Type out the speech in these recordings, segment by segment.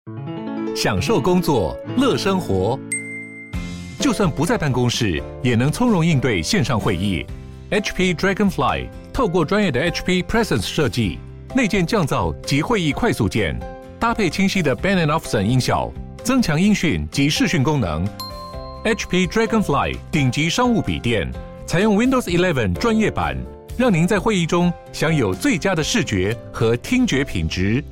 享受工作，乐生活。就算不在办公室，也能从容应对线上会议。HP Dragonfly 透过专业的 HP Presence 设计，内建降噪及会议快速键，搭配清晰的 Bang & Olufsen 音效，增强音讯及视讯功能。HP Dragonfly 顶级商务笔电，采用 Windows 11专业版，让您在会议中享有最佳的视觉和听觉品质。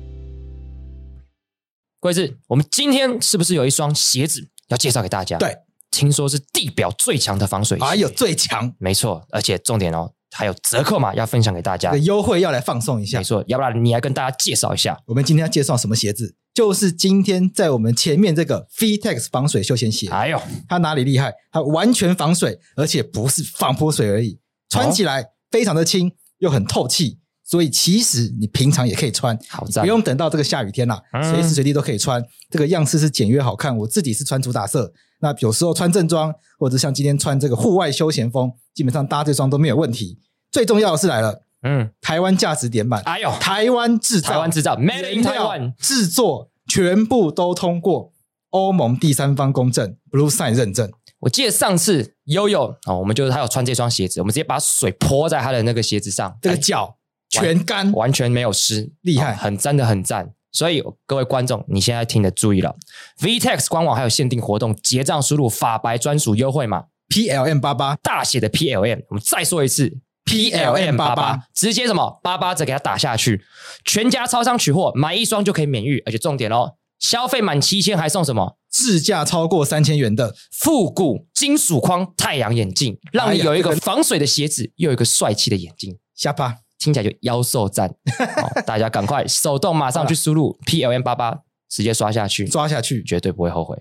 贵志，我们今天是不是有一双鞋子要介绍给大家？ 对， 听说是地表最强的防水鞋。 还有最强， 没错，而且重点哦，还有折扣码要分享给大家， 优惠要来放送一下。 没错，要不然你来跟大家介绍一下。 我们今天要介绍什么鞋子？就是今天在我们前面这个 VTEX 防水休闲鞋。 哎呦， 它哪里厉害？它完全防水，而且不是防泼水而已，穿起来非常的轻，又很透气。所以其实你平常也可以穿， 好赞， 不用等到这个下雨天啦，随时随地都可以穿。这个样式是简约好看，我自己是穿主打色，那有时候穿正装，或者像今天穿这个户外休闲风，基本上搭这双都没有问题。最重要的是来了，台湾价值点满， 哎呦， 台湾制造 ，Made in Taiwan， 制作全部都通过欧盟第三方公证 Blue Sign 认证。 我记得上次悠悠我们就是他有穿这双鞋子，我们直接把水泼在他的那个鞋子上， 这个脚全干， 完全没有湿， 厉害， 很赞的很赞。所以各位观众，你现在听得注意了 ，VTEX 官网还有限定活动，结账输入法白专属优惠码 PLM88， 大写的 PLM， 我们再说一次 PLM88， 直接什么88折给它打下去，全家超商取货，买一双就可以免运，而且重点哦，消费满7000还送什么？ 市价超过3000元的复古金属框太阳眼镜，让你有一个防水的鞋子，又有一个帅气的眼镜， 下巴听起来就妖兽赞大家赶快手动马上去输入 PLM88， 直接刷下去， 抓下去， 绝对不会后悔。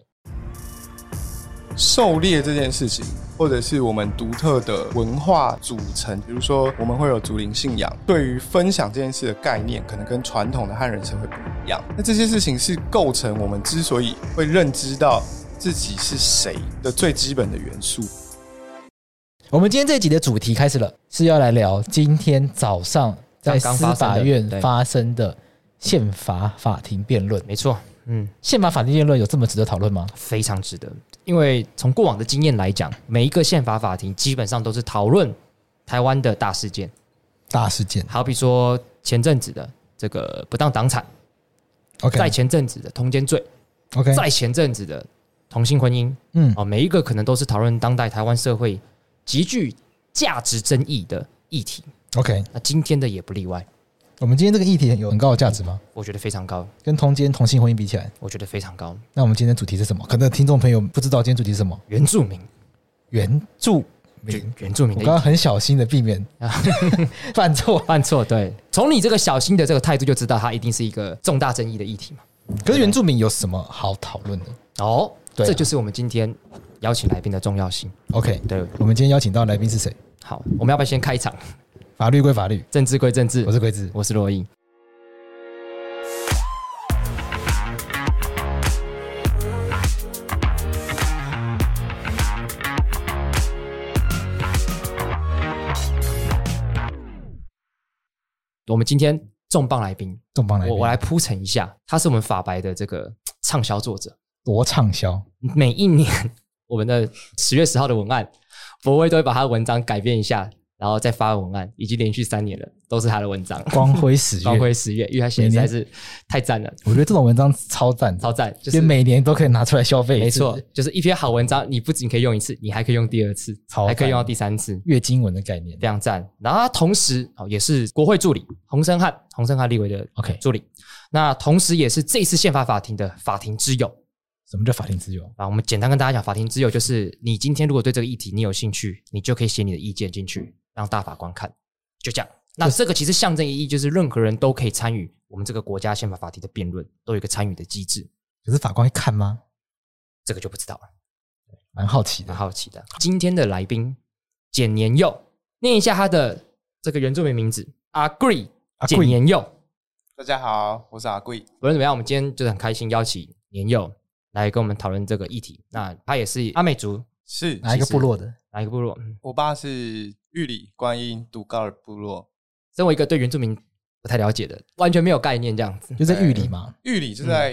狩猎这件事情，或者是我们独特的文化组成，比如说我们会有族灵信仰，对于分享这件事的概念可能跟传统的汉人社会不一样，那这些事情是构成我们之所以会认知到自己是谁的最基本的元素。 我们今天这集的主题开始了，是要来聊今天早上在司法院发生的宪法法庭辩论。 没错， 宪法法庭辩论有这么值得讨论吗？ 非常值得，因为从过往的经验来讲，每一个宪法法庭基本上都是讨论台湾的大事件，好比说前阵子的这个不当党产，在前阵子的通奸罪，在前阵子的同性婚姻，每一个可能都是讨论当代台湾社会极具价值争议的议题。那今天的也不例外。 我们今天这个议题有很高的价值吗？ 我觉得非常高。 跟同性婚姻比起来， 我觉得非常高。 那我们今天的主题是什么？可能听众朋友不知道今天主题是什么。 原住民的， 我刚刚很小心的避免犯错。对， 从你这个小心的这个态度就知道它一定是一个重大争议的议题嘛。 可是原住民有什么好讨论的？ 这就是我们今天邀请来宾的重要性。 对，我们今天邀请到的来宾是谁？ 好，我们要不要先开场？ 法律归法律， 政治归政治。 我是桂智， 我是罗毅。我们今天重磅来宾，我来铺陈一下，他是我们法白的这个畅销作者。 多畅销！ 每一年我们的10月10号的文案，博威都会把他的文章改变一下，然后再发文案，已经连续3年了，都是他的文章。 光辉10月， 因为他写的实在是太赞了。 我觉得这种文章超赞，就是每年都可以拿出来消费。 没错，就是一篇好文章，你不仅可以用1次，你还可以用第2次，还可以用到第3次， 阅经文的概念非常赞。然后他同时也是国会助理，洪申翰立委的助理。那同时也是这次宪法法庭的法庭之友。 什么叫法庭之友？ 我们简单跟大家讲，法庭之友就是你今天如果对这个议题你有兴趣，你就可以写你的意见进去，让大法官看，就这样。那这个其实象征意义就是任何人都可以参与我们这个国家宪法法庭的辩论，都有一个参与的机制。 可是法官会看吗？ 这个就不知道了， 蛮好奇的。 今天的来宾简年佑，念一下他的这个原住民名字阿贵，简年佑。 大家好，我是阿贵。 无论怎么样，我们今天就是很开心邀请年佑来跟我们讨论这个议题。那他也是阿美族， 是哪一个部落的？ 哪一个部落？ 我爸是玉里观音杜高尔部落。 身为一个对原住民不太了解的，完全没有概念这样子。 就在玉里吗？ 玉里就在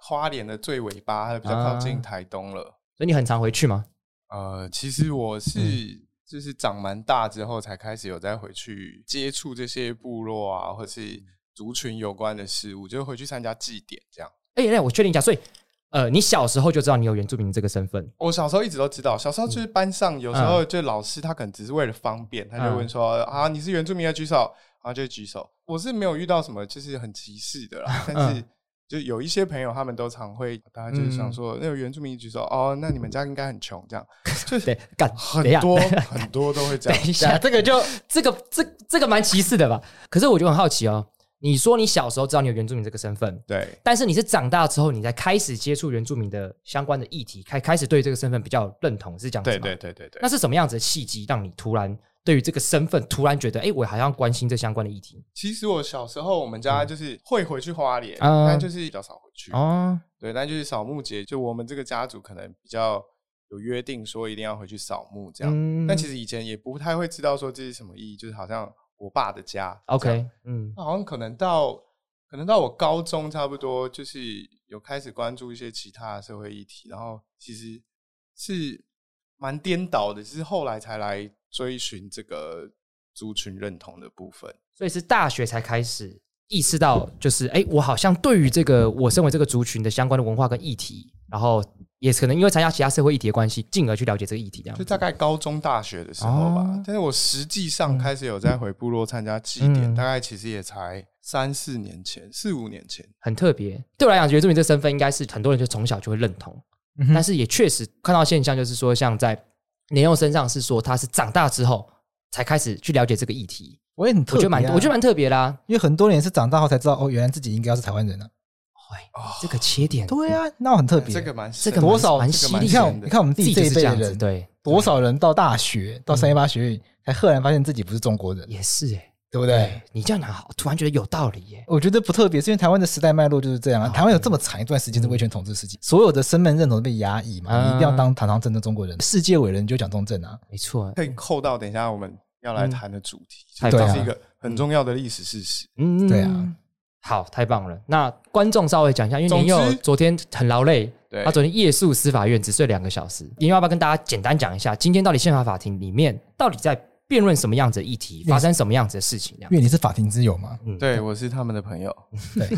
花莲的最尾巴，它比较靠近台东了。 所以你很常回去吗？ 其实我是就是长蛮大之后才开始有再回去接触这些部落啊，或是族群有关的事物，就回去参加祭典这样。 那我确定一下，所以你小时候就知道你有原住民这个身份？ 我小时候一直都知道，小时候就是班上有时候就老师他可能只是为了方便，他就问说啊你是原住民的举手，然后就举手。我是没有遇到什么就是很歧视的啦，但是就有一些朋友他们都常会，大家就是想说那个原住民举手哦，那你们家应该很穷这样，就是很多都会这样。 等一下，这个蛮歧视的吧？可是我就很好奇哦。你说你小时候知道你有原住民这个身份， 对， 但是你是长大之后你才开始接触原住民的相关的议题，开始对这个身份比较认同，是这样子吗？ 对。 那是什么样子的契机让你突然对于这个身份突然觉得，我好像关心这相关的议题？ 其实我小时候我们家就是会回去花莲，但就是比较少回去。对，但就是扫墓节，就我们这个家族可能比较有约定说一定要回去扫墓这样。但其实以前也不太会知道说这是什么意义，就是好像我爸的家 ，OK， 好像可能到我高中差不多，就是有开始关注一些其他的社会议题，然后其实是蛮颠倒的，就是后来才来追寻这个族群认同的部分， 所以是大学才开始意识到，就是我好像对于这个我身为这个族群的相关的文化跟议题，然后也可能因为参加其他社会议题的关系，进而去了解这个议题，这样就大概高中大学的时候吧。但是我实际上开始有在回部落参加祭典，大概其实也才4-5年前，很特别。对我来讲，原住民这身份应该是很多人就从小就会认同，但是也确实看到现象，就是说像在年幼身上是说他是长大之后才开始去了解这个议题。 我也很特别， 我觉得蛮特别啦， 因为很多年是长大后才知道，原来自己应该要是台湾人啊。 这个切点， 对啊，那很特别。 这个蛮多少蛮犀利。 你看我们自己这一辈的人， 对， 多少人到大学到318学院，才赫然发现自己不是中国人。 也是对不对？ 你这样讲好，突然觉得有道理耶。 我觉得不特别，是因为台湾的时代脉络就是这样啊。台湾有这么长一段时间是威权统治时期，所有的身份认同都被压抑嘛，你一定要当堂堂正正中国人，世界伟人就讲中正啊， 没错。 可以扣到等一下我们要来谈的主题，这是一个很重要的历史事实。 对啊。 好，太棒了。那观众稍微讲一下，因为年幼昨天很劳累，他昨天夜宿司法院只睡2个小时。年幼要不要跟大家简单讲一下，今天到底宪法法庭里面到底在辩论什么样子的议题，发生什么样子的事情？ 因为你是法庭之友嘛， 对，我是他们的朋友。 对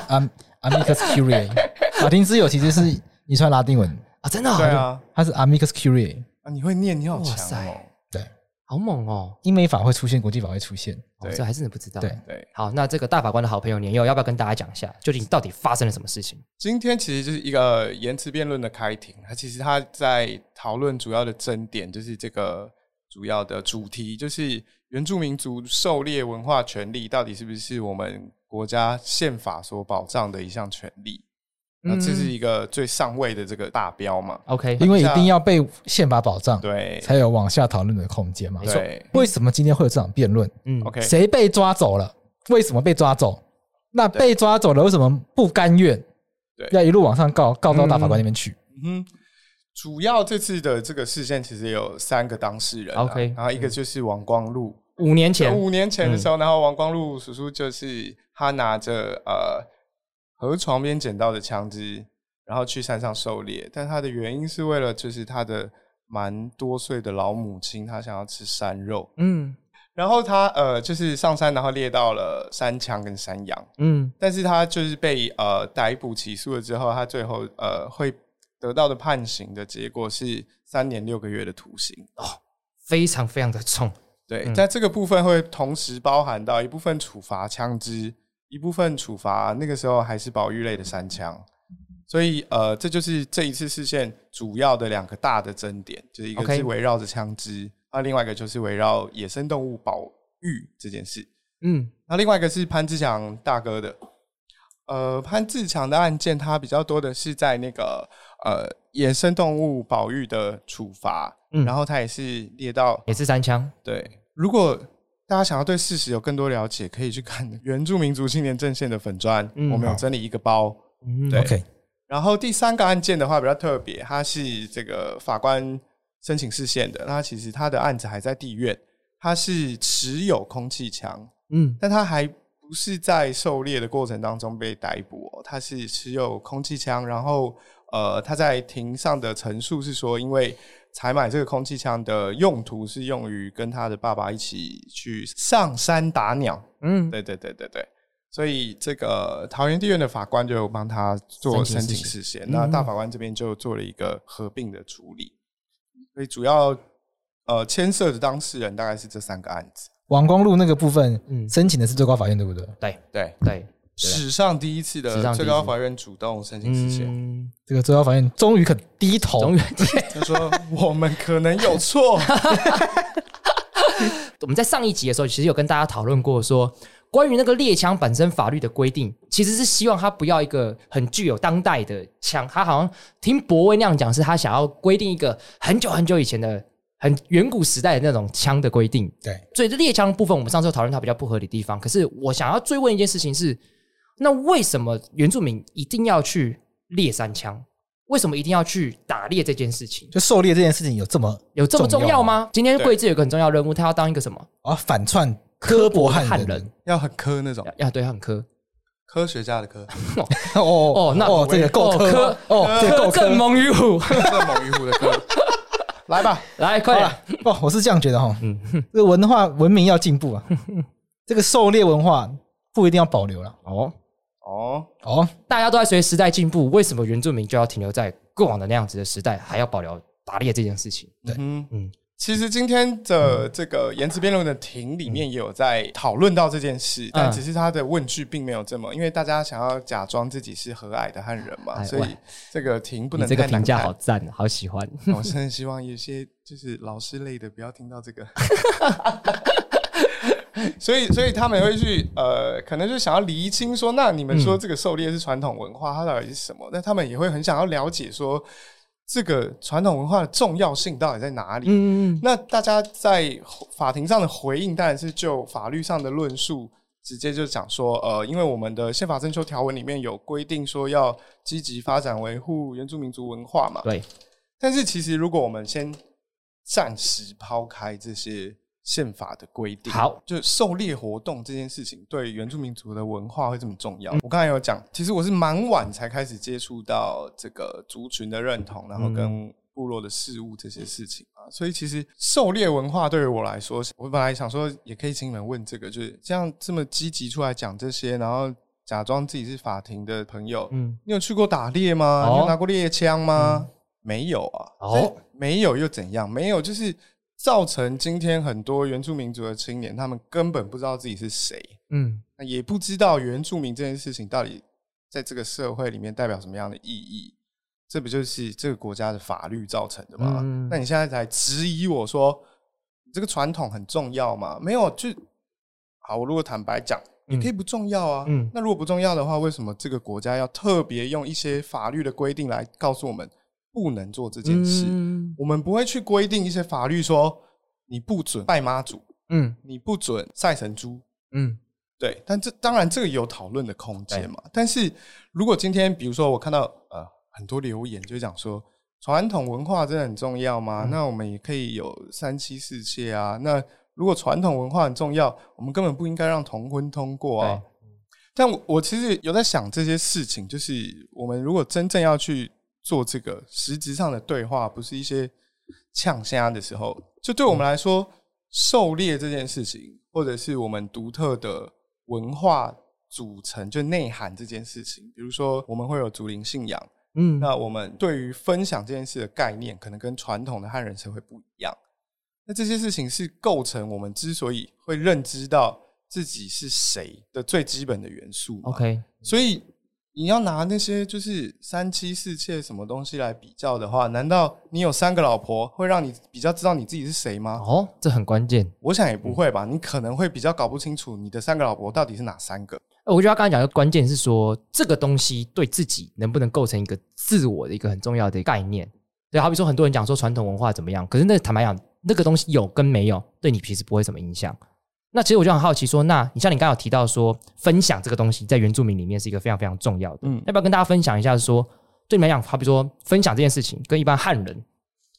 ，amicus curiae， 法庭之友其实是你穿拉丁文啊，真的？ 对啊， 它是 amicus curiae 啊，你会念，你好强哦。 对， 好猛哦！ 英美法会出现，国际法会出现， 这还真的不知道。 对， 好，那这个大法官的好朋友年幼要不要跟大家讲一下，究竟到底发生了什么事情？ 今天其实就是一个言辞辩论的开庭，他在讨论主要的争点，就是这个主要的主题，就是原住民族狩猎文化权利到底是不是我们国家宪法所保障的一项权利？那这是一个最上位的这个大标嘛 ？OK， 因为一定要被宪法保障， 对， 才有往下讨论的空间嘛。 没错。 为什么今天会有这场辩论 ？OK， 谁被抓走了？为什么被抓走？那被抓走了，为什么不甘愿？ 对， 要一路往上告到大法官那边去。 主要这次的这个事件其实有3个当事人，OK， 然后一个就是王光禄 ，5年前的时候，然后王光禄叔叔就是他拿着河床边捡到的枪支，然后去山上狩猎，但他的原因是为了就是他的蛮多岁的老母亲，他想要吃山肉，然后他就是上山，然后猎到了山羌跟山羊，但是他就是被逮捕起诉了之后，他最后会得到的判刑的结果是3年6个月的徒刑， 非常非常的重。 对，在这个部分会同时包含到一部分处罚枪支，一部分处罚那个时候还是保育类的山羌，所以这就是这一次事件主要的2个大的争点，就是一个是围绕着枪支，另外一个就是围绕野生动物保育这件事。那另外一个是潘志强大哥的，潘志强的案件，他比较多的是在那个野生动物保育的处罚，然后他也是列到也是山羌。 对，如果大家想要对事实有更多了解，可以去看原住民族青年阵线的粉专，我们有整理一个包。对 ，OK。 然后第3个案件的话比较特别，它是这个法官申请释宪的，那其实他的案子还在地院，他是持有空气枪，但他还不是在狩猎的过程当中被逮捕他是持有空气枪，然后他在庭上的陈述是说，因为采买这个空气枪的用途是用于跟他的爸爸一起去上山打鸟。对，所以这个桃园地院的法官就帮他做申请释宪，那大法官这边就做了一个合并的处理，所以主要牵涉的当事人大概是这3个案子。 王光禄那个部分申请的是最高法院对不对？ 对，史上第一次的最高法院主动申请释宪， 这个最高法院终于肯低头， 就说我们可能有错。 我们在上一集的时候其实有跟大家讨论过说，关于那个猎枪本身法律的规定，其实是希望他不要一个很具有当代的枪，他好像听博威那样讲，是他想要规定一个很久很久以前的很远古时代的那种枪的规定。 对， 所以这猎枪部分我们上次有讨论它比较不合理的地方，可是我想要追问一件事情是，那为什么原住民一定要去猎山枪？为什么一定要去打猎这件事情？ 就狩猎这件事情有这么重要吗？今天贵志有个很重要的任务，他要当一个什么反串刻薄汉人， 要很科那种， 要对，很科， 科学家的科。 那这个够科这个够正猛于虎， 正猛于虎的科。来吧， 来快点！ 我是这样觉得这个文明要进步啊，这个狩猎文化不一定要保留了。 大家都在随时代进步，为什么原住民就要停留在过往的那样子的时代，还要保留打猎这件事情？ 对， 其实今天的这个言辞辩论的庭里面也有在讨论到这件事，但只是他的问句并没有这么，因为大家想要假装自己是和蔼的汉人嘛，所以这个庭不能太难看。 这个评价好赞，好喜欢。 我真的希望有些就是老师类的不要听到这个。所以他们会去可能就想要厘清说，那你们说这个狩猎是传统文化，它到底是什么？但他们也会很想要了解说，这个传统文化的重要性到底在哪里？那大家在法庭上的回应当然是就法律上的论述，直接就讲说，因为我们的宪法增修条文里面有规定说要积极发展维护原住民族文化嘛。 对。 但是其实如果我们先暂时抛开这些宪法的规定， 好， 就狩猎活动这件事情对原住民族的文化会这么重要。我刚才有讲，其实我是蛮晚才开始接触到这个族群的认同，然后跟部落的事务这些事情啊，所以其实狩猎文化对于我来说，我本来想说也可以请你们问这个，就是这样这么积极出来讲这些，然后假装自己是法庭的朋友，你有去过打猎吗？你有拿过猎枪吗？没有啊。没有又怎样？没有就是造成今天很多原住民族的青年，他们根本不知道自己是谁，也不知道原住民这件事情到底在这个社会里面代表什么样的意义，这不就是这个国家的法律造成的吗？那你现在才质疑我说，你这个传统很重要吗？没有，就好，我如果坦白讲，也可以不重要啊。那如果不重要的话，为什么这个国家要特别用一些法律的规定来告诉我们不能做这件事？我们不会去规定一些法律说你不准拜妈祖，你不准赛神猪，对，但当然这个有讨论的空间嘛。但是如果今天比如说我看到很多留言就讲说传统文化真的很重要吗？那我们也可以有3妻4妾啊。那如果传统文化很重要，我们根本不应该让同婚通过啊。但我其实有在想这些事情，就是我们如果真正要去做这个实质上的对话，不是一些呛虾的时候，就对我们来说，狩猎这件事情，或者是我们独特的文化组成，就内涵这件事情，比如说我们会有族灵信仰，那我们对于分享这件事的概念，可能跟传统的汉人社会不一样。那这些事情是构成我们之所以会认知到自己是谁的最基本的元素。 OK， 所以你要拿那些就是3妻4妾什么东西来比较的话，难道你有3个老婆会让你比较知道你自己是谁吗？ 这很关键。 我想也不会吧，你可能会比较搞不清楚你的3个老婆到底是哪3个。 我觉得他刚才讲的关键是说，这个东西对自己能不能构成一个自我的一个很重要的概念。对，好比说很多人讲说传统文化怎么样，可是那坦白讲，那个东西有跟没有，对你其实不会什么影响。那其实我就很好奇说，那你像你刚刚有提到说分享这个东西在原住民里面是一个非常非常重要的，要不要跟大家分享一下说，对你们来讲，好比说分享这件事情跟一般汉人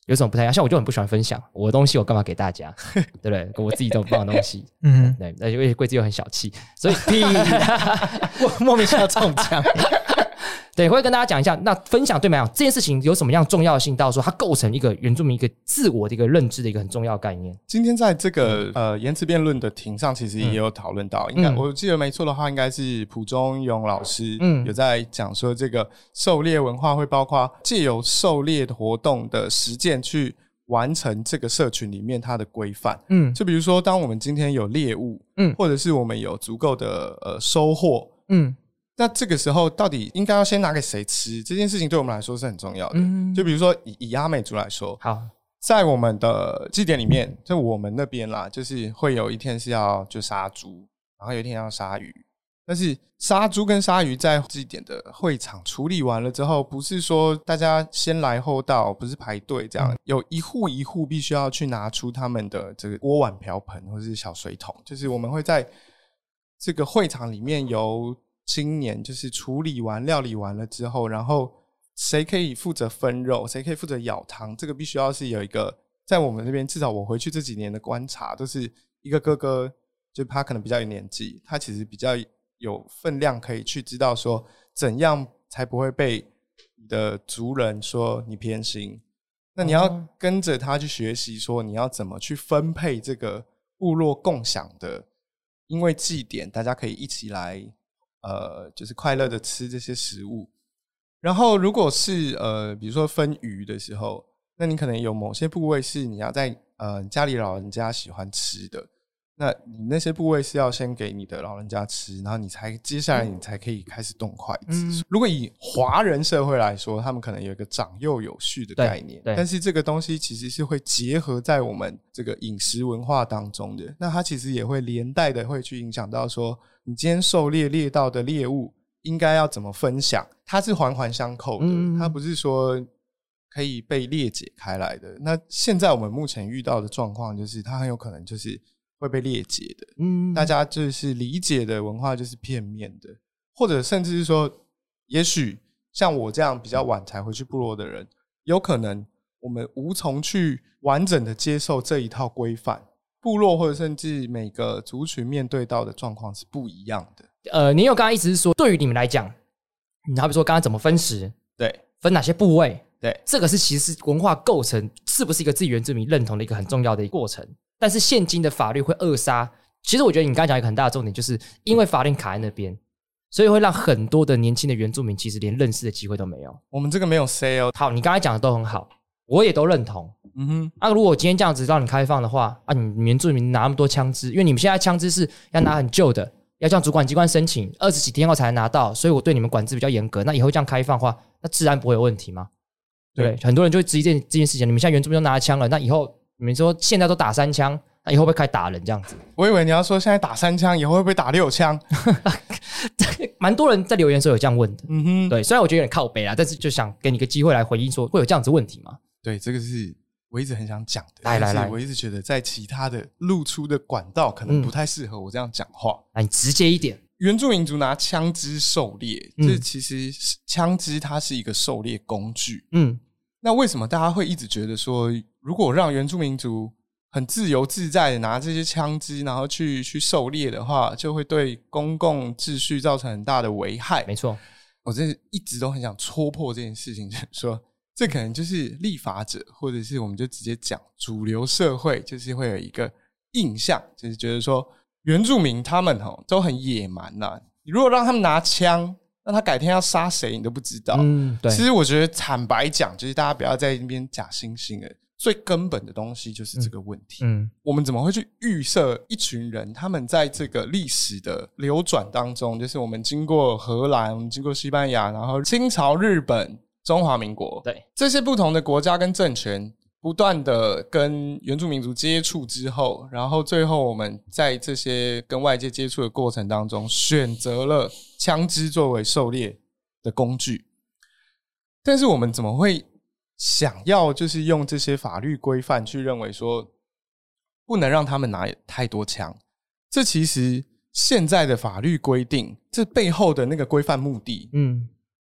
有什么不太一样？像我就很不喜欢分享我的东西，我干嘛给大家？对不对？我自己都不棒的东西，对，而且贵子又很小气，所以莫名其妙中枪。 对，会跟大家讲一下，那分享对我们来讲这件事情有什么样重要性，到说它构成一个原住民一个自我的一个认知的一个很重要的概念。 今天在这个言辞辩论的庭上，其实也有讨论到，应该我记得没错的话，应该是蒲忠勇老师有在讲说，这个狩猎文化会包括借由狩猎活动的实践去完成这个社群里面它的规范。就比如说，当我们今天有猎物，或者是我们有足够的收获，那这个时候到底应该要先拿给谁吃？这件事情对我们来说是很重要的。就比如说以阿美族来说， 好， 在我们的祭典里面，就我们那边啦，就是会有一天是要就杀猪，然后有一天要杀鱼。但是杀猪跟杀鱼在祭典的会场处理完了之后，不是说大家先来后到，不是排队这样，有一户一户必须要去拿出他们的这个锅碗瓢盆或者是小水桶，就是我们会在这个会场里面由青年就是处理完料理完了之后，然后谁可以负责分肉，谁可以负责舀汤，这个必须要是有一个在我们那边，至少我回去这几年的观察，都是一个哥哥，就他可能比较有年纪，他其实比较有分量，可以去知道说怎样才不会被你的族人说你偏心。那你要跟着他去学习说你要怎么去分配这个部落共享的，因为祭典大家可以一起来就是快乐的吃这些食物。然后如果是比如说分鱼的时候，那你可能有某些部位是你要在家里老人家喜欢吃的，那你那些部位是要先给你的老人家吃，然后接下来你才可以开始动筷子。如果以华人社会来说，他们可能有一个长幼有序的概念，但是这个东西其实是会结合在我们这个饮食文化当中的，那它其实也会连带的会去影响到说你今天狩猎猎到的猎物应该要怎么分享，它是环环相扣的，它不是说可以被裂解开来的。那现在我们目前遇到的状况就是它很有可能就是会被裂解的，大家就是理解的文化就是片面的，或者甚至是说也许像我这样比较晚才回去部落的人，有可能我们无从去完整的接受这一套规范，部落或者甚至每个族群面对到的状况是不一样的。 您有刚刚意思是说，对于你们来讲，好比说刚刚怎么分食， 对， 分哪些部位， 对， 这个是其实文化构成是不是一个自己原住民认同的一个很重要的一个过程。但是现今的法律会扼杀，其实我觉得你刚才讲一个很大的重点，就是因为法令卡在那边，所以会让很多的年轻的原住民其实连认识的机会都没有。 我们这个没有 say 哦。 好，你刚才讲的都很好，我也都认同。如果我今天这样子让你开放的话，你原住民拿那么多枪支，因为你们现在枪支是要拿很旧的，要向主管机关申请20几天后才能拿到，所以我对你们管制比较严格。那以后这样开放的话，那自然不会有问题吗？对，很多人就会质疑这件事情。你们现在原住民都拿枪了，那以后你们说现在都打3枪，那以后会不会开始打人这样子？ 我以为你要说现在打3枪，以后会不会打6枪？ 蛮多人在留言时候有这样问的。对，虽然我觉得有点靠北啦，但是就想给你一个机会来回应，说会有这样子问题吗？ 对，这个是我一直很想讲的。 来， 我一直觉得在其他的露出的管道可能不太适合我这样讲话。 你直接一点。 原住民族拿枪支狩猎，这其实枪支它是一个狩猎工具。那为什么大家会一直觉得说，如果让原住民族很自由自在的拿这些枪支，然后去狩猎的话，就会对公共秩序造成很大的危害？ 没错， 我真的一直都很想戳破这件事情，就是说，这可能就是立法者，或者是我们就直接讲主流社会，就是会有一个印象，就是觉得说原住民他们都很野蛮啦。你如果让他们拿枪，那他改天要杀谁你都不知道。 对。 其实我觉得坦白讲，就是大家不要在那边假惺惺的，最根本的东西就是这个问题。我们怎么会去预设一群人他们在这个历史的流转当中，就是我们经过荷兰，我们经过西班牙，然后清朝、日本、中华民国， 对， 这些不同的国家跟政权不断的跟原住民族接触之后，然后最后我们在这些跟外界接触的过程当中，选择了枪支作为狩猎的工具。但是我们怎么会想要就是用这些法律规范去认为说不能让他们拿太多枪？这其实现在的法律规定，这背后的那个规范目的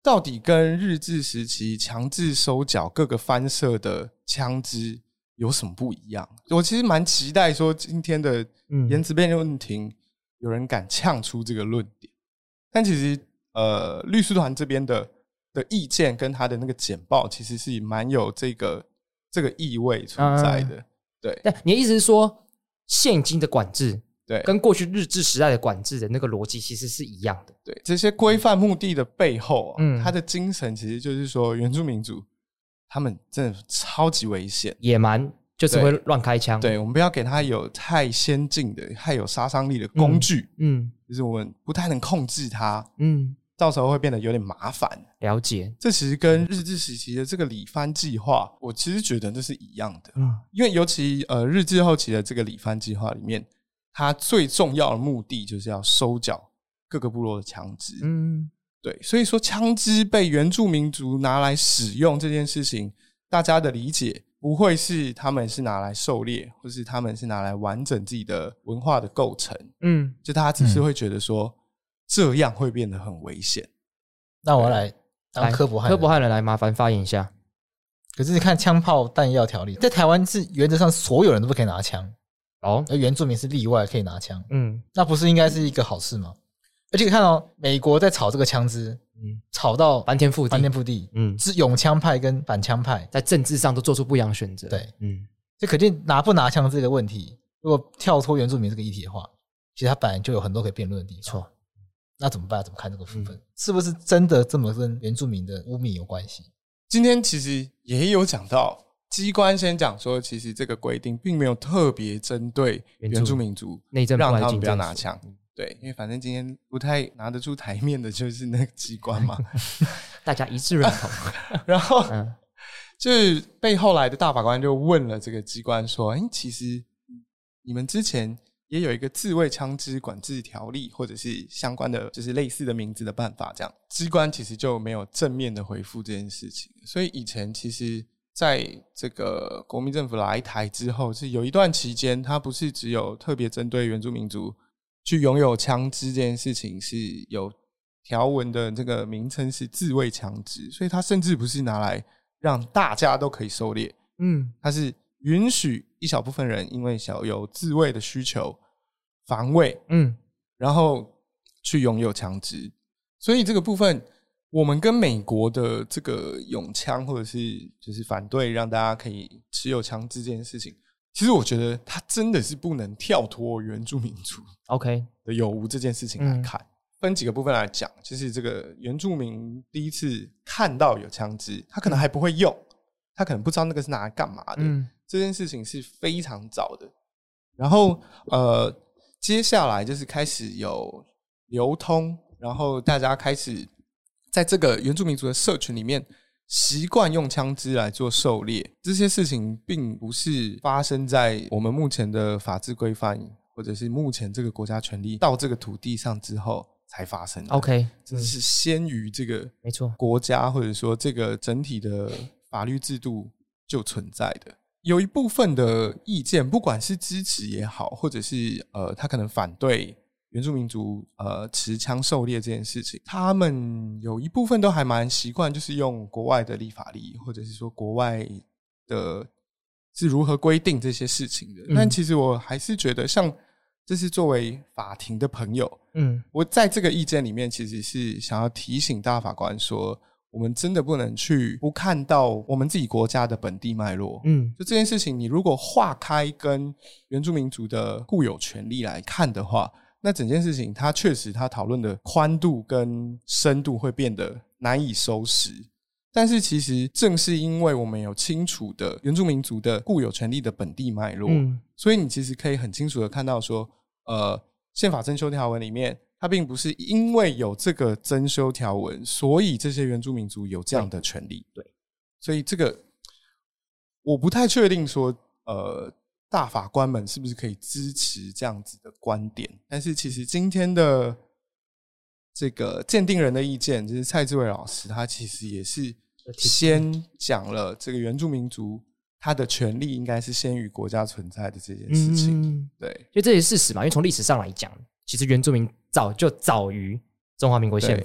到底跟日治时期强制收缴各个藩社的枪支有什么不一样？我其实蛮期待说今天的言辞辩论庭有人敢呛出这个论点，但其实律师团这边的意见跟他的那个简报其实是蛮有这个意味存在的。对， 但你的意思是说现今的管制对， 跟过去日治时代的管制的那个逻辑其实是一样的。 对，这些规范目的的背后它的精神其实就是说原住民族他们真的超级危险， 野蛮，就只会乱开枪。 对，我们不要给他有太先进的太有杀伤力的工具，就是我们不太能控制它，到时候会变得有点麻烦。 了解， 这其实跟日治时期的这个理藩计划我其实觉得这是一样的。因为尤其日治后期的这个理藩计划里面，它最重要的目的就是要收缴各个部落的枪支。对，所以说枪支被原住民族拿来使用这件事情，大家的理解不会是他们是拿来狩猎，或是他们是拿来完整自己的文化的构成。就大家只是会觉得说这样会变得很危险。 那我要来当科博汉人来麻烦发言一下。 可是你看枪炮弹药条例在台湾是原则上所有人都不可以拿枪，而原住民是例外可以拿枪。那不是应该是一个好事吗？而且你看美国在炒这个枪支，炒到翻天覆地，是拥枪派跟反枪派在政治上都做出不一样的选择。 对，这可见拿不拿枪这个问题，如果跳脱原住民这个议题的话，其实它本来就有很多可以辩论的地方。错，那怎么办？怎么看这个部分？是不是真的这么跟原住民的污名有关系？ 今天其实也有讲到，机关先讲说，其实这个规定并没有特别针对原住民族，让他们不要拿枪。对，因为反正今天不太拿得出台面的就是那个机关嘛， 大家一致认同。 然后就是被后来的大法官就问了这个机关说：“其实你们之前也有一个自卫枪支管制条例，或者是相关的就是类似的名字的办法，这样机关其实就没有正面的回复这件事情。所以以前其实在这个国民政府来台之后，是有一段期间，它不是只有特别针对原住民族去拥有枪支这件事情是有条文的，这个名称是自卫枪支，所以它甚至不是拿来让大家都可以狩猎，它是允许一小部分人因为有自卫的需求防卫，然后去拥有枪支。所以这个部分我们跟美国的这个拥枪或者是就是反对让大家可以持有枪支这件事情，其实我觉得它真的是不能跳脱原住民族 OK 的有无这件事情来看。分几个部分来讲，就是这个原住民第一次看到有枪支，他可能还不会用，他可能不知道那个是拿来干嘛的，这件事情是非常早的。然后接下来就是开始有流通，然后大家开始在这个原住民族的社群里面习惯用枪支来做狩猎，这些事情并不是发生在我们目前的法治规范或者是目前这个国家权力到这个土地上之后才发生的。 OK， 这是先于这个没错国家或者说这个整体的法律制度就存在的。有一部分的意见不管是支持也好，或者是他可能反对原住民族持枪狩猎这件事情，他们有一部分都还蛮习惯就是用国外的立法例，或者是说国外的是如何规定这些事情的。但其实我还是觉得像这是作为法庭的朋友，我在这个意见里面其实是想要提醒大法官说，我们真的不能去不看到我们自己国家的本地脉络。就这件事情你如果划开跟原住民族的固有权利来看的话，那整件事情它确实它讨论的宽度跟深度会变得难以收拾。但是其实正是因为我们有清楚的原住民族的固有权利的本地脉络，所以你其实可以很清楚的看到说宪法增修条文里面它并不是因为有这个增修条文所以这些原住民族有这样的权利。对，所以这个我不太确定说大法官们是不是可以支持这样子的观点。但是其实今天的这个鉴定人的意见，就是蔡志伟老师，他其实也是先讲了这个原住民族他的权利应该是先于国家存在的这件事情。对， 因为这是事实嘛，因为从历史上来讲，其实原住民早于中华民国宪法，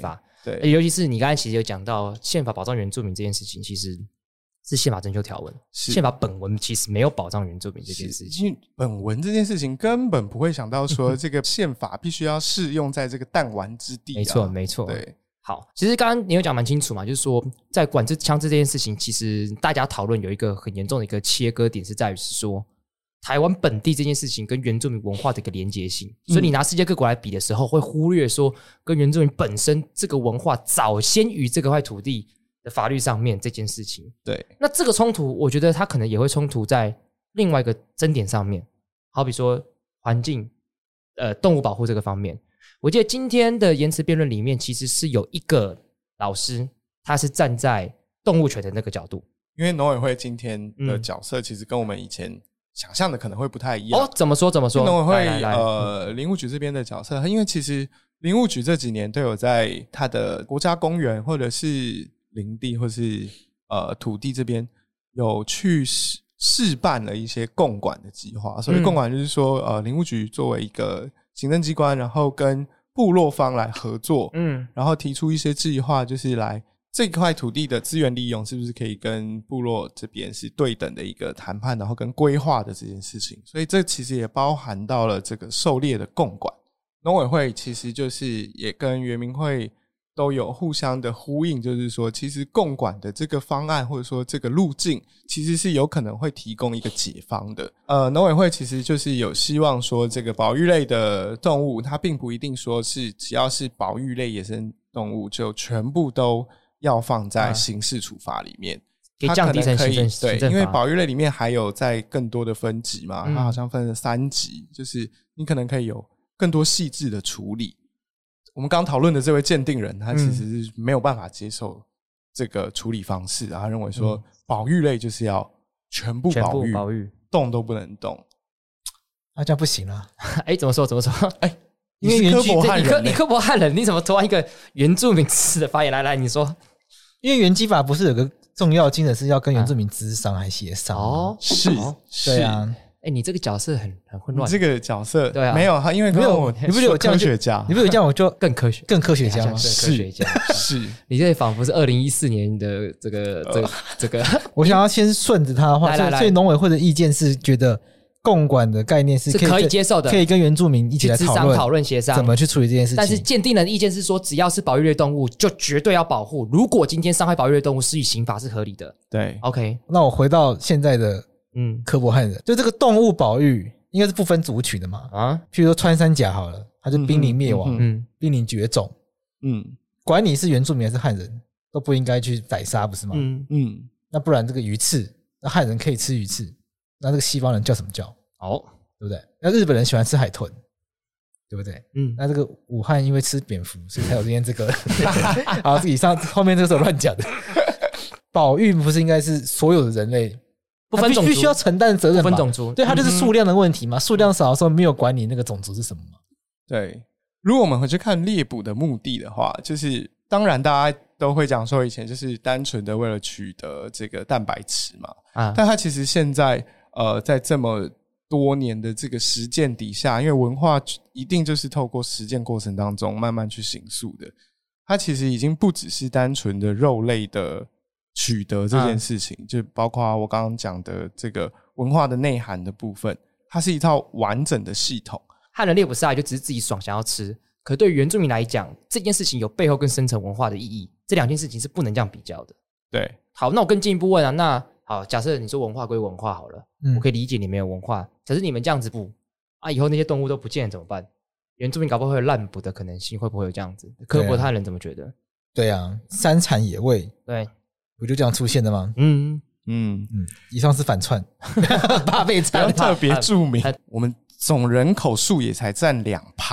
对，尤其是你刚才其实有讲到宪法保障原住民这件事情，其实是宪法增修条文，宪法本文其实没有保障原住民这件事情。 因为本文这件事情根本不会想到说这个宪法必须要适用在这个弹丸之地、啊。 没错，没错。 对， 好，其实刚刚你有讲蛮清楚嘛，就是说在管制枪支这件事情，其实大家讨论有一个很严重的一个切割点，是在于是说台湾本地这件事情跟原住民文化的一个连结性，所以你拿世界各国来比的时候，会忽略说跟原住民本身这个文化早先于这块土地的法律上面这件事情。 对， 那这个冲突，我觉得它可能也会冲突在另外一个争点上面，好比说环境、动物保护这个方面。我记得今天的言辞辩论里面，其实是有一个老师，他是站在动物权的那个角度， 因为农委会今天的角色其实跟我们以前想象的可能会不太一样。 哦，怎么说？ 农委会林务局这边的角色，因为其实林务局这几年都有在他的国家公园或者是林地或是土地这边有去试办了一些共管的计划。所以共管就是说林务局作为一个行政机关，然后跟部落方来合作，然后提出一些计划，就是来这块土地的资源利用是不是可以跟部落这边是对等的一个谈判，然后跟规划的这件事情。所以这其实也包含到了这个狩猎的共管。农委会其实就是也跟原民会都有互相的呼应，就是说其实共管的这个方案或者说这个路径其实是有可能会提供一个解方的。农委会其实就是有希望说这个保育类的动物它并不一定说是只要是保育类野生动物就全部都要放在刑事处罚里面， 可以降低成行政对，因为保育类里面还有在更多的分级嘛，它好像分了3级，就是你可能可以有更多细致的处理。我们刚讨论的这位鉴定人，他其实是没有办法接受这个处理方式，他认为说保育类就是要全部保育，动都不能动。 那这样不行啊！ 怎么说？ 因为科博汉人， 你科博汉人，你怎么突然一个原住民式的发言？来，你说。 因为原基法不是有个重要精神是要跟原住民咨商还协商？ 哦， 是， 对啊。 你这个角色很混乱。 这个角色对啊， 没有他，因为没有你不是有科学家， 你不是有这样我就更科学家吗？ 科学家是， 你这仿佛是2014年的这个。 我想要先顺着他的话，所以农委会的意见是觉得共管的概念是可以接受的， 可以跟原住民一起来讨论协商怎么去处理这件事情。 但是鉴定人的意见是说，只要是保育类动物，就绝对要保护。如果今天伤害保育类动物，施以刑罚是合理的。 对 ，OK。 那我回到现在的科博汉人，就这个动物保育应该是不分族群的嘛？譬如说穿山甲好了，它就濒临灭亡，濒临绝种。管你是原住民还是汉人，都不应该去宰杀，不是吗？那不然这个鱼翅，那汉人可以吃鱼翅，那这个西方人叫什么叫？对不对？那日本人喜欢吃海豚，对不对？那这个武汉因为吃蝙蝠，所以才有今天这个。好，以上后面这个是我乱讲的。保育不是应该是所有的人类不分种族必须要承担的责任嘛？ 不分种族， 对，它就是数量的问题嘛。数量少的时候没有管你那个种族是什么嘛？ 对。如果我们回去看猎捕的目的的话，就是当然大家都会讲说以前就是单纯的为了取得这个蛋白质嘛，但它其实现在在这么多年的这个实践底下，因为文化一定就是透过实践过程当中慢慢去形塑的，它其实已经不只是单纯的肉类的取得这件事情，就包括我刚刚讲的这个文化的内涵的部分，它是一套完整的系统。 汉人猎捕杀来就只是自己爽想要吃，可对于原住民来讲，这件事情有背后更深层文化的意义，这两件事情是不能这样比较的。 对， 好，那我更进一步问啊，那好，假设你说文化归文化好了，我可以理解你没有文化，可是你们这样子捕以后那些动物都不见了怎么办？原住民搞不好会有滥捕的可能性，会不会有这样子？科博汉人怎么觉得？ 对啊，山产野味， 对， 不就这样出现的吗？以上是反串， 怕被不要特别注明。我们总人口数也才占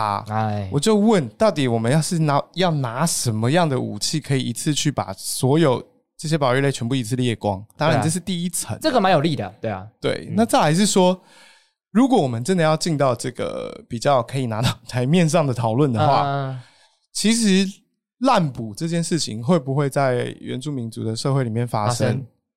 2%， 我就问，到底我们要拿什么样的武器，可以一次去把所有这些保育类全部一次猎光？当然这是第一层， 这个蛮有利的，对啊， 对。那再来是说，如果我们真的要进到这个比较可以拿到台面上的讨论的话，其实滥捕这件事情会不会在原住民族的社会里面发生？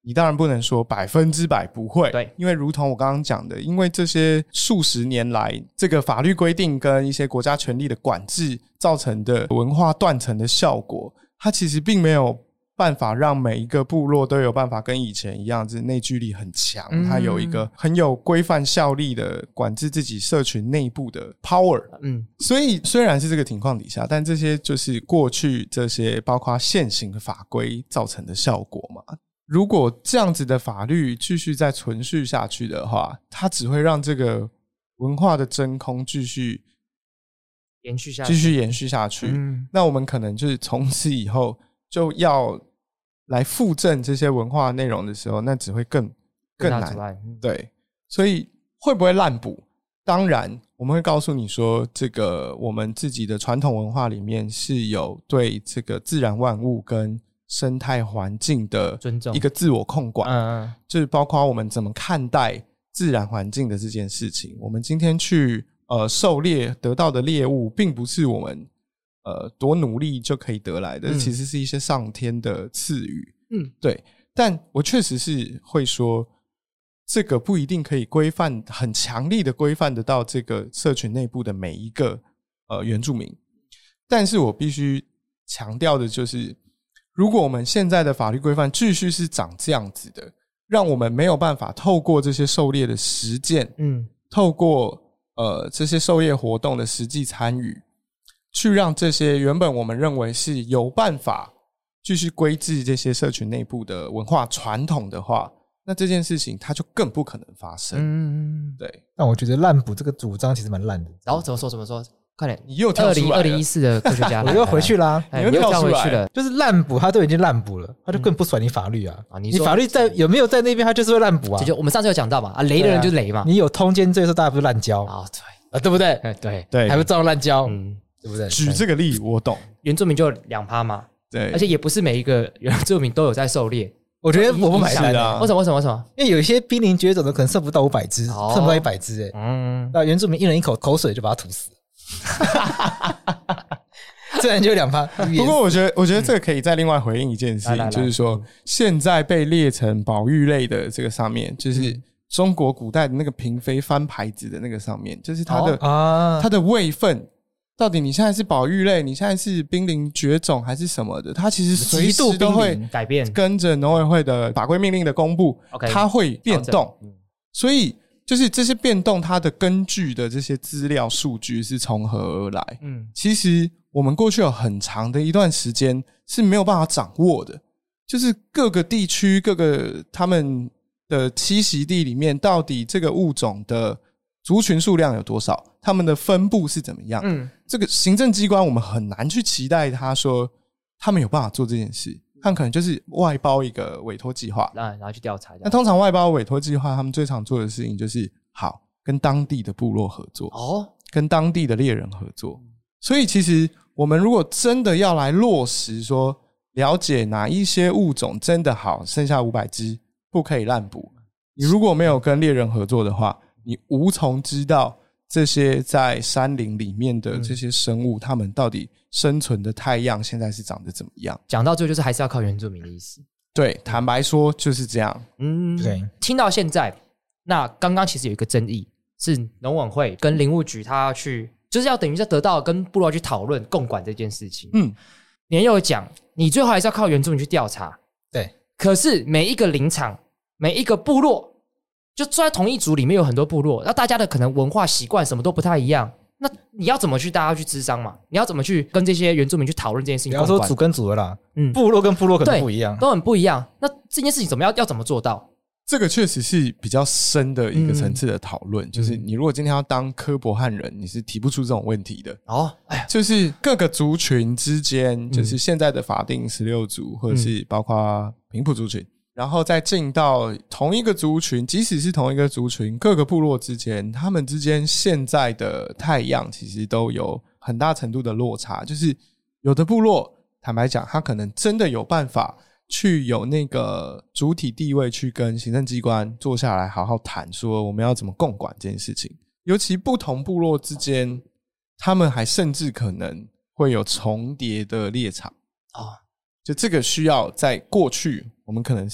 你当然不能说100%不会， 对， 因为如同我刚刚讲的，因为这些数十年来这个法律规定跟一些国家权力的管制造成的文化断层的效果，它其实并没有办法让每一个部落都有办法跟以前一样，就是内聚力很强，它有一个很有规范效力的管制自己社群内部的 power。所以虽然是这个情况底下，但这些就是过去这些包括现行的法规造成的效果嘛。如果这样子的法律继续再存续下去的话，它只会让这个文化的真空继续延续下去。那我们可能就是从此以后就要来复振这些文化内容的时候，那只会更难。对，所以会不会滥补？当然，我们会告诉你说，这个我们自己的传统文化里面是有对这个自然万物跟生态环境的一个自我控管，就是包括我们怎么看待自然环境的这件事情。我们今天去狩猎得到的猎物，并不是我们多努力就可以得来的，其实是一些上天的赐予。对。但我确实是会说，这个不一定可以规范，很强力的规范得到这个社群内部的每一个原住民。但是我必须强调的就是，如果我们现在的法律规范继续是长这样子的，让我们没有办法透过这些狩猎的实践，透过这些狩猎活动的实际参与，去让这些原本我们认为是有办法继续规制这些社群内部的文化传统的话，那这件事情它就更不可能发生。对。 但我觉得滥捕这个主张其实蛮烂的。 然后怎么说？快点， 你又跳出来了。 2014的科学家， 我又回去啦。 你又跳回去了。 就是滥捕，他都已经滥捕了，他就更不甩你法律啊。你法律在有没有在那边，他就是会滥捕啊。 就我们上次有讲到嘛，雷的人就是雷嘛。 你有通奸罪的时候，大家不是滥交啊？ 对对不对？ 对， 还会照样滥交，对不对？ 举这个例我懂， 原住民就2%嘛。 对， 而且也不是每一个原住民都有在狩猎。 我觉得我不买单啊！为什么？ 因为有一些濒临绝种的可能剩不到500只，剩不到100只那原住民一人一口口水就把它吐死。自然就2%。 不过我觉得这个可以再另外回应一件事情，就是说现在被列成保育类的这个上面，就是中国古代的那个嫔妃翻牌子的那个上面，就是它的位分。到底你现在是保育类，你现在是濒临绝种还是什么的，它其实随时都会改变， 跟着农委会的法规命令的公布，它会变动。所以就是这些变动，它的根据的这些资料数据是从何而来？其实我们过去有很长的一段时间是没有办法掌握的，就是各个地区、各个他们的栖息地里面，到底这个物种的族群数量有多少，他们的分布是怎么样。这个行政机关我们很难去期待他说他们有办法做这件事，他们可能就是外包一个委托计划， 然后去调查。 那通常外包委托计划他们最常做的事情就是好跟当地的部落合作，跟当地的猎人合作。所以其实我们如果真的要来落实说了解哪一些物种真的好，剩下500只不可以滥捕，你如果没有跟猎人合作的话，你无从知道这些在山林里面的这些生物，他们到底生存的态样现在是长得怎么样。 讲到最后就是还是要靠原住民的意思。 对，坦白说就是这样。 对。听到现在，那刚刚其实有一个争议，是农委会跟林务局他要去，就是要等于是得到跟部落去讨论共管这件事情。你也有讲，你最后还是要靠原住民去调查。 对。 可是每一个林场，每一个部落，就坐在同一组里面有很多部落，那大家的可能文化习惯什么都不太一样，那你要怎么去大家去諮商嘛？你要怎么去跟这些原住民去讨论这件事情？ 不要说组跟组的啦，部落跟部落可能不一样， 都很不一样。那这件事情要怎么做到？ 这个确实是比较深的一个层次的讨论，就是你如果今天要当科博汉人，你是提不出这种问题的。就是各个族群之间，就是现在的法定16族，或者是包括平埔族群。然后再进到同一个族群，即使是同一个族群，各个部落之间，他们之间现在的态样其实都有很大程度的落差。就是有的部落，坦白讲，他可能真的有办法去有那个主体地位去跟行政机关坐下来好好谈，说我们要怎么共管这件事情。尤其不同部落之间，他们还甚至可能会有重叠的猎场。就这个需要在过去我们可能是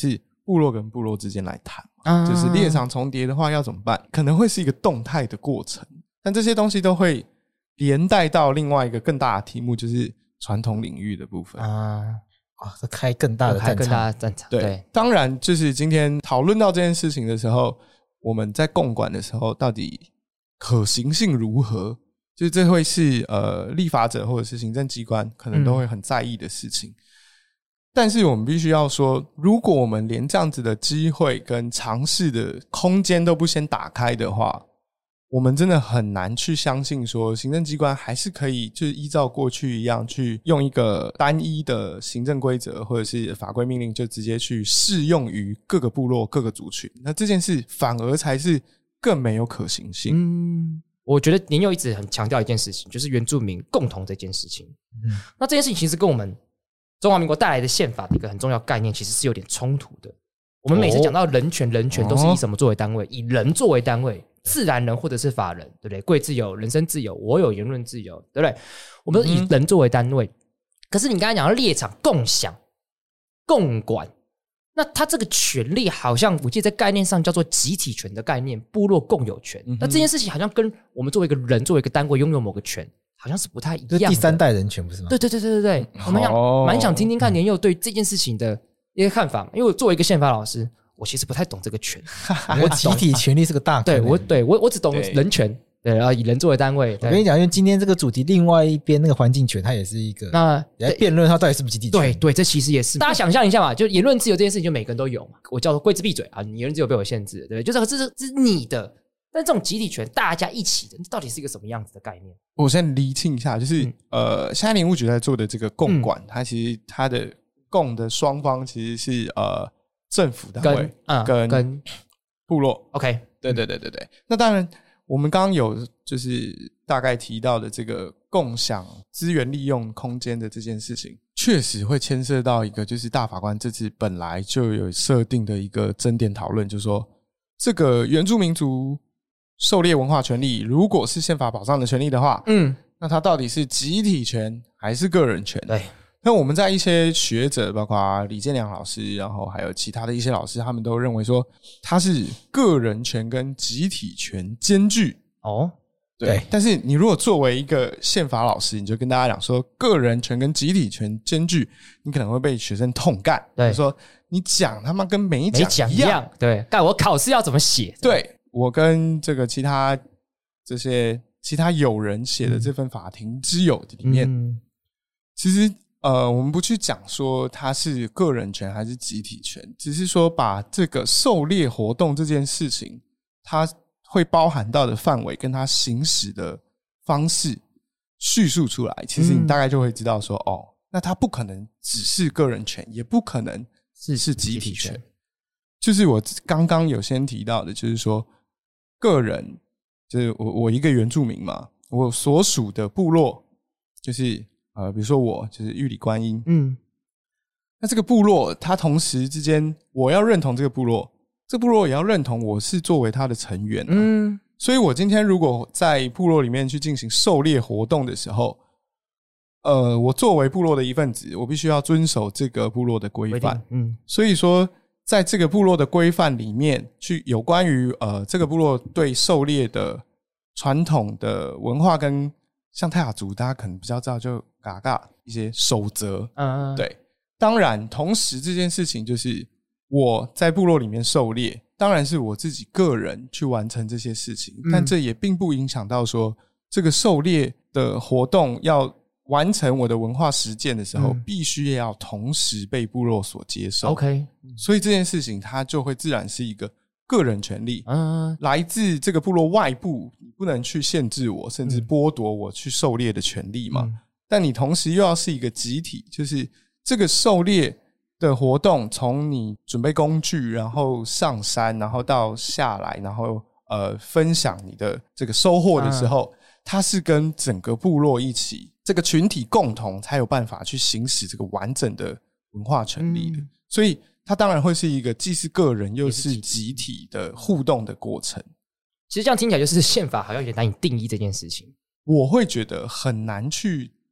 部落跟部落之间来谈就是猎场重叠的话要怎么办，可能会是一个动态的过程，但这些东西都会连带到另外一个更大的题目，就是传统领域的部分这开更大的战场。 对，当然就是今天讨论到这件事情的时候，我们在共管的时候到底可行性如何，就是这会是立法者或者是行政机关可能都会很在意的事情。但是我们必须要说，如果我们连这样子的机会跟尝试的空间都不先打开的话，我们真的很难去相信说行政机关还是可以就是依照过去一样去用一个单一的行政规则或者是法规命令就直接去适用于各个部落各个族群，那这件事反而才是更没有可行性。 我觉得年幼一直很强调一件事情，就是原住民共同这件事情。那这件事情其实跟我们中华民国带来的宪法的一个很重要概念其实是有点冲突的。我们每次讲到人权都是以什么作为单位？以人作为单位，自然人或者是法人，对不对？贵自由、人身自由，我有言论自由，对不对？我们以人作为单位。可是你刚才讲到猎场共享、共管，那它这个权利好像我记得在概念上叫做集体权的概念，部落共有权。那这件事情好像跟我们作为一个人、作为一个单位拥有某个权，好像是不太一样的。 第三代人权不是吗？ 对，我们蛮想听听看年幼对这件事情的一些看法，因为我作为一个宪法老师，我其实不太懂这个权。 我集体权利是个大概念。我只懂人权，对，以人作为单位。 我跟你讲，因为今天这个主题，另外一边那个环境权，它也是一个也在辩论它到底是不是集体权。 对，这其实也是。大家想象一下嘛，就言论自由这件事情，就每个人都有嘛。我叫做“贵之闭嘴”啊，你言论自由被我限制了，对不对？就这是你的。但这种集体权，大家一起的，到底是一个什么样子的概念？ 我先厘清一下，就是现在林务局在做的这个共管，它其实它的共的双方其实是政府单位跟部落。 OK， 对。那当然，我们刚刚有就是大概提到的这个共享资源利用空间的这件事情，确实会牵涉到一个就是大法官这次本来就有设定的一个争点讨论，就是说这个原住民族狩猎文化权利，如果是宪法保障的权利的话，那它到底是集体权还是个人权？ 对。 那我们在一些学者，包括李建良老师，然后还有其他的一些老师，他们都认为说，它是个人权跟集体权兼具。对。但是你如果作为一个宪法老师，你就跟大家讲说，个人权跟集体权兼具，你可能会被学生痛干。对，说你讲他妈跟没讲一样。 对，干我考试要怎么写？ 对。我跟这个其他友人写的这份法庭之友里面，其实我们不去讲说它是个人权还是集体权，只是说把这个狩猎活动这件事情，它会包含到的范围跟它行使的方式叙述出来，其实你大概就会知道说，那它不可能只是个人权，也不可能是集体权。就是我刚刚有先提到的，就是说个人就是我一个原住民嘛，我所属的部落就是比如说我就是玉里观音，那这个部落它同时之间我要认同这个部落，这个部落也要认同我是作为它的成员，所以我今天如果在部落里面去进行狩猎活动的时候，我作为部落的一份子，我必须要遵守这个部落的规范，所以说在这个部落的规范里面，去有关于这个部落对狩猎的传统的文化跟像泰雅族，大家可能比较知道就嘎嘎一些守则，对。当然，同时这件事情就是我在部落里面狩猎，当然是我自己个人去完成这些事情，但这也并不影响到说这个狩猎的活动要完成我的文化实践的时候，必须要同时被部落所接受。 OK， 所以这件事情它就会自然是一个个人权利，来自这个部落外部，你不能去限制我，甚至剥夺我去狩猎的权利嘛。但你同时又要是一个集体，就是这个狩猎的活动，从你准备工具，然后上山，然后到下来，然后分享你的这个收获的时候，它是跟整个部落一起，这个群体共同才有办法去行使这个完整的文化权利的，所以它当然会是一个既是个人又是集体的互动的过程。 其实这样听起来就是宪法好像有点难以定义这件事情。 我会觉得很难去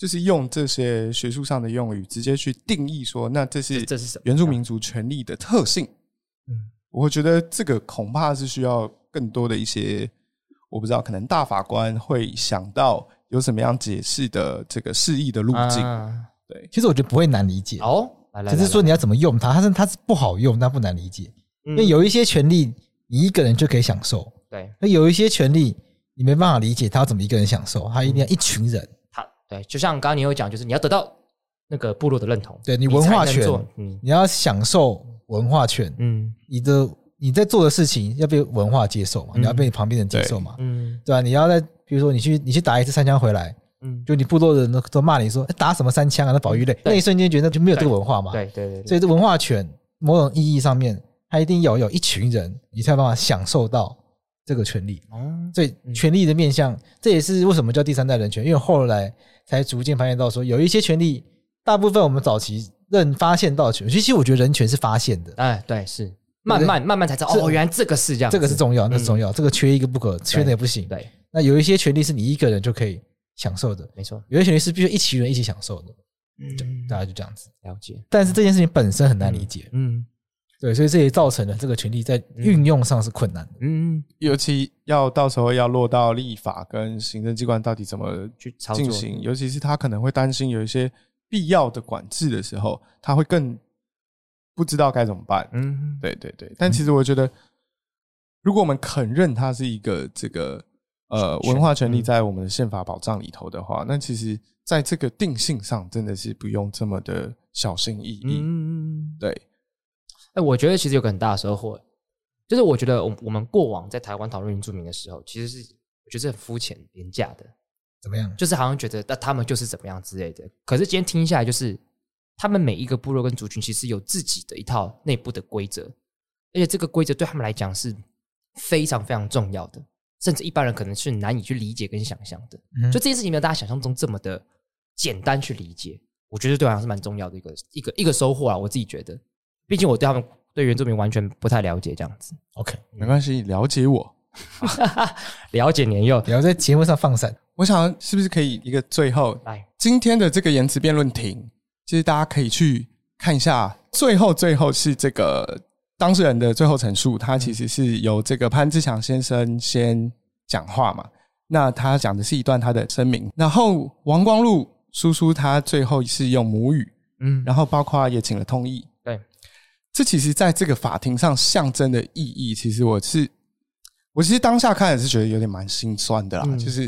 就是用这些学术上的用语直接去定义说，那这是原住民族权利的特性。我觉得这个恐怕是需要更多的一些，我不知道，可能大法官会想到有什么样解释的这个释义的路径。对， 其实我觉得不会难理解只是说你要怎么用它是不好用，但不难理解。因为有一些权利你一个人就可以享受，对，那有一些权利你没办法理解他要怎么一个人享受，他一定要一群人。 对，就像刚刚你有讲，就是你要得到那个部落的认同， 对，你文化权，你要享受文化权，你在做的事情要被文化接受嘛，你要被你旁边人接受嘛，对吧？你要在比如说你去打一次3枪回来，就你部落的人都骂你说打什么3枪啊，那保育类，那一瞬间觉得就没有这个文化嘛，对，所以这文化权某种意义上面，它一定要有一群人，你才有办法享受到这个权利。所以权利的面向，这也是为什么叫第三代人权，因为后来才逐渐发现到说，有一些权利，大部分我们早期发现到的权利，其实我觉得人权是发现的， 对，是慢慢才知道，原来这个是这样， 这个是重要，那是重要，这个缺一个不可，缺的也不行。对，那有一些权利是你一个人就可以享受的， 没错， 有些权利是必须一起人一起享受的，大概就这样子了解。 但是这件事情本身很难理解，对，所以这也造成了这个权利在运用上是困难的。 尤其要到时候要落到立法跟行政机关到底怎么去进行，尤其是他可能会担心有一些必要的管制的时候，他会更不知道该怎么办。对。但其实我觉得，如果我们肯认它是一个这个文化权利在我们的宪法保障里头的话，那其实在这个定性上真的是不用这么的小心翼翼。对。 我觉得其实有个很大的收获，就是我觉得我们过往在台湾讨论原住民的时候，其实是我觉得是很肤浅廉价的。 怎么样？ 就是好像觉得他们就是怎么样之类的。可是今天听下来，就是他们每一个部落跟族群其实有自己的一套内部的规则，而且这个规则对他们来讲是非常非常重要的，甚至一般人可能是难以去理解跟想象的。就这件事情没有大家想象中这么的简单去理解，我觉得对我来讲是蛮重要的一个收获啊，我自己觉得。毕竟我对他们对原住民完全不太了解，这样子。 OK， 没关系，了解我， 了解年幼， 不要在节目上放闪。 我想是不是可以一个最后来今天的这个言辞辩论庭，其实大家可以去看一下，最后是这个当事人的最后陈述，他其实是由这个潘志强先生先讲话嘛，那他讲的是一段他的声明，然后王光禄叔叔他最后是用母语，然后包括也请了通译。这其实在这个法庭上象征的意义，其实我其实当下看也是觉得有点蛮心酸的啦，就是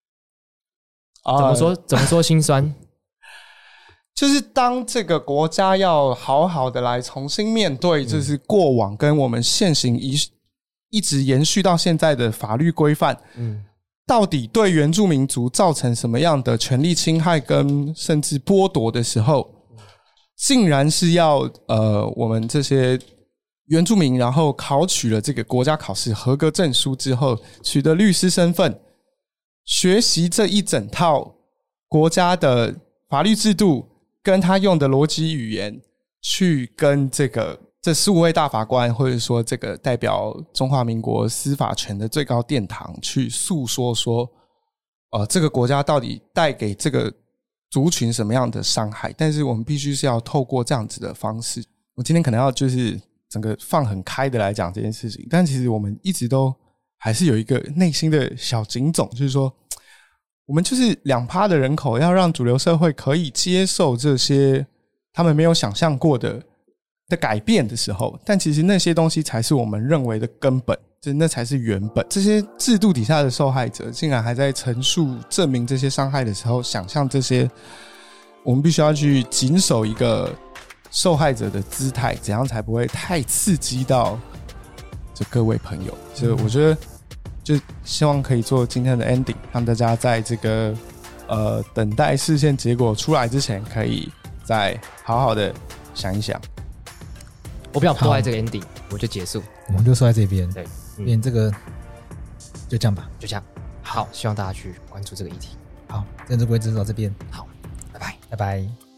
怎么说心酸？ 就是当这个国家要好好的来重新面对，就是过往跟我们现行一直延续到现在的法律规范，到底对原住民族造成什么样的权利侵害跟甚至剥夺的时候，竟然是要我们这些原住民，然后考取了这个国家考试合格证书之后，取得律师身份，学习这一整套国家的法律制度跟他用的逻辑语言，去跟这15位大法官，或者说这个代表中华民国司法权的最高殿堂去诉说说这个国家到底带给这个族群什么样的伤害，但是我们必须是要透过这样子的方式。我今天可能要就是整个放很开的来讲这件事情，但其实我们一直都还是有一个内心的小警总，就是说我们就是2%的人口要让主流社会可以接受这些他们没有想象过的改变的时候，但其实那些东西才是我们认为的根本，那才是原本。这些制度底下的受害者竟然还在陈述证明这些伤害的时候，想象这些，我们必须要去谨守一个受害者的姿态，怎样才不会太刺激到这各位朋友。所以我觉得就希望可以做今天的 ending， 让大家在这个等待释宪结果出来之前，可以再好好的想一想。 我不想破坏这个 ending， 我就结束， 我们就说在这边。对，这个就这样吧， 就这样。好，希望大家去关注这个议题。 好，政治归知到这边。 好，拜拜， 拜拜。